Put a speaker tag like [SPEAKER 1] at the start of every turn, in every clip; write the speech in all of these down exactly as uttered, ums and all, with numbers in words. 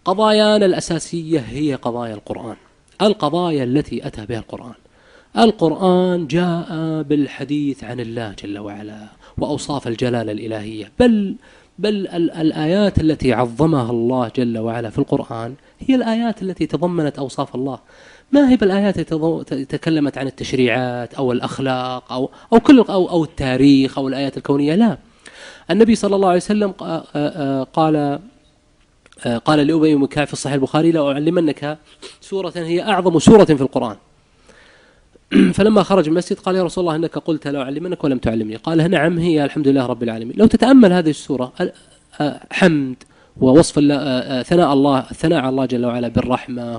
[SPEAKER 1] قضايانا الأساسية هي قضايا القرآن، القضايا التي أتى بها القرآن. القرآن جاء بالحديث عن الله جل وعلا وأوصاف الجلالة الإلهية، بل بل الآيات التي عظمها الله جل وعلا في القرآن هي الآيات التي تضمنت أوصاف الله، ما هي بالآيات التي تكلمت عن التشريعات أو الأخلاق أو أو كل أو أو التاريخ أو الآيات الكونية. لا، النبي صلى الله عليه وسلم قال قال لأبي بن كعب في الصحيح البخاري: لا أعلمنك سورة هي أعظم سورة في القرآن. فلما خرج من المسجد قال: يا رسول الله إنك قلت لا أعلمنك ولم تعلمني. قال: نعم، هي الحمد لله رب العالمين. لو تتأمل هذه السورة، حمد ووصف الله، ثناء الله، ثناء على الله جل وعلا بالرحمة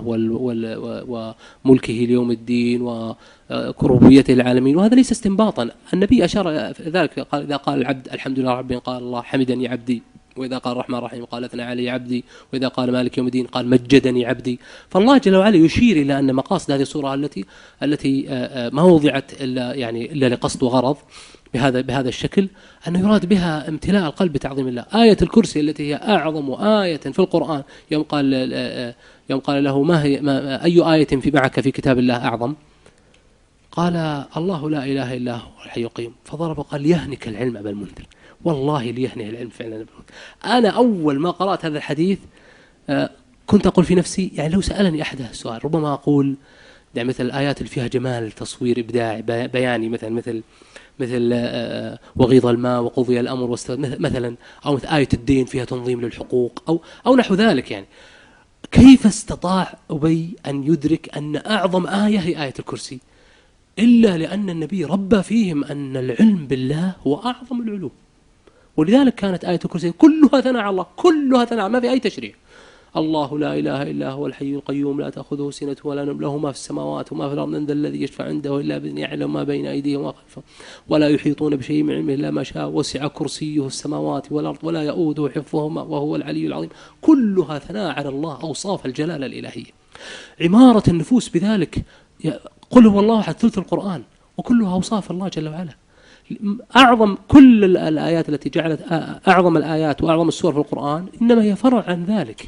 [SPEAKER 1] وملكه ليوم الدين وكربويته العالمين، وهذا ليس استنباطا. النبي أشار ذلك، قال: إذا قال العبد الحمد لله رب، قال الله حمدني عبدي، وإذا قال الرحمن الرحيم قال أثنى علي عبدي، وإذا قال مالك يوم الدين قال مجدني عبدي. فالله جل وعلا يشير إلى أن مقاصد هذه السورة التي التي ما وضعت إلا يعني إلا لقصد وغرض بهذا بهذا الشكل، أن يراد بها امتلاء القلب بتعظيم الله. آية الكرسي التي هي أعظم آية في القرآن، يوم قال يوم قال له: ما هي ما أي آية في معك في كتاب الله أعظم؟ قال: الله لا إله إلا هو الحي القيوم. فضرب قال: يهنك العلم أبا المنذر، والله ليهنه العلم فعلا. أنا أول ما قرأت هذا الحديث كنت أقول في نفسي، يعني لو سألني أحد السؤال ربما أقول يعني مثل الآيات اللي فيها جمال تصوير إبداعي بياني، مثل مثل مثل وغيض الماء وقضي الأمر مثلا، أو مثل آية الدين فيها تنظيم للحقوق أو أو نحو ذلك. يعني كيف استطاع أبي أن يدرك أن أعظم آية هي آية الكرسي؟ إلا لأن النبي ربى فيهم أن العلم بالله هو أعظم العلوم، ولذلك كانت آية الكرسي كلها ثناء على الله، كلها ثناء، ما في أي تشريع. الله لا إله إلا هو الحي القيوم لا تأخذه سنة ولا نوم، له ما في السماوات وما في الأرض، من ذا الذي يشفع عنده إلا بإذنه، يعلم ما بين أيديهم وما خلفهم ولا يحيطون بشيء من علمه إلا ما شاء، وسع كرسيه السماوات والأرض ولا يؤوده حفظهما وهو العلي العظيم. كلها ثناء على الله، أوصاف الجلالة الإلهية. عمارة النفوس بذلك، قل هو الله أحد، ثلث القرآن، وكلها أوصاف الله جل وعلا. أعظم كل الآيات التي جعلت أعظم الآيات وأعظم السور في القرآن إنما هي فرع عن ذلك.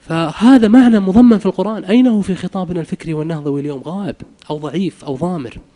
[SPEAKER 1] فهذا معنى مضمن في القرآن، أين هو في خطابنا الفكري والنهضوي اليوم؟ غائب أو ضعيف أو ضامر.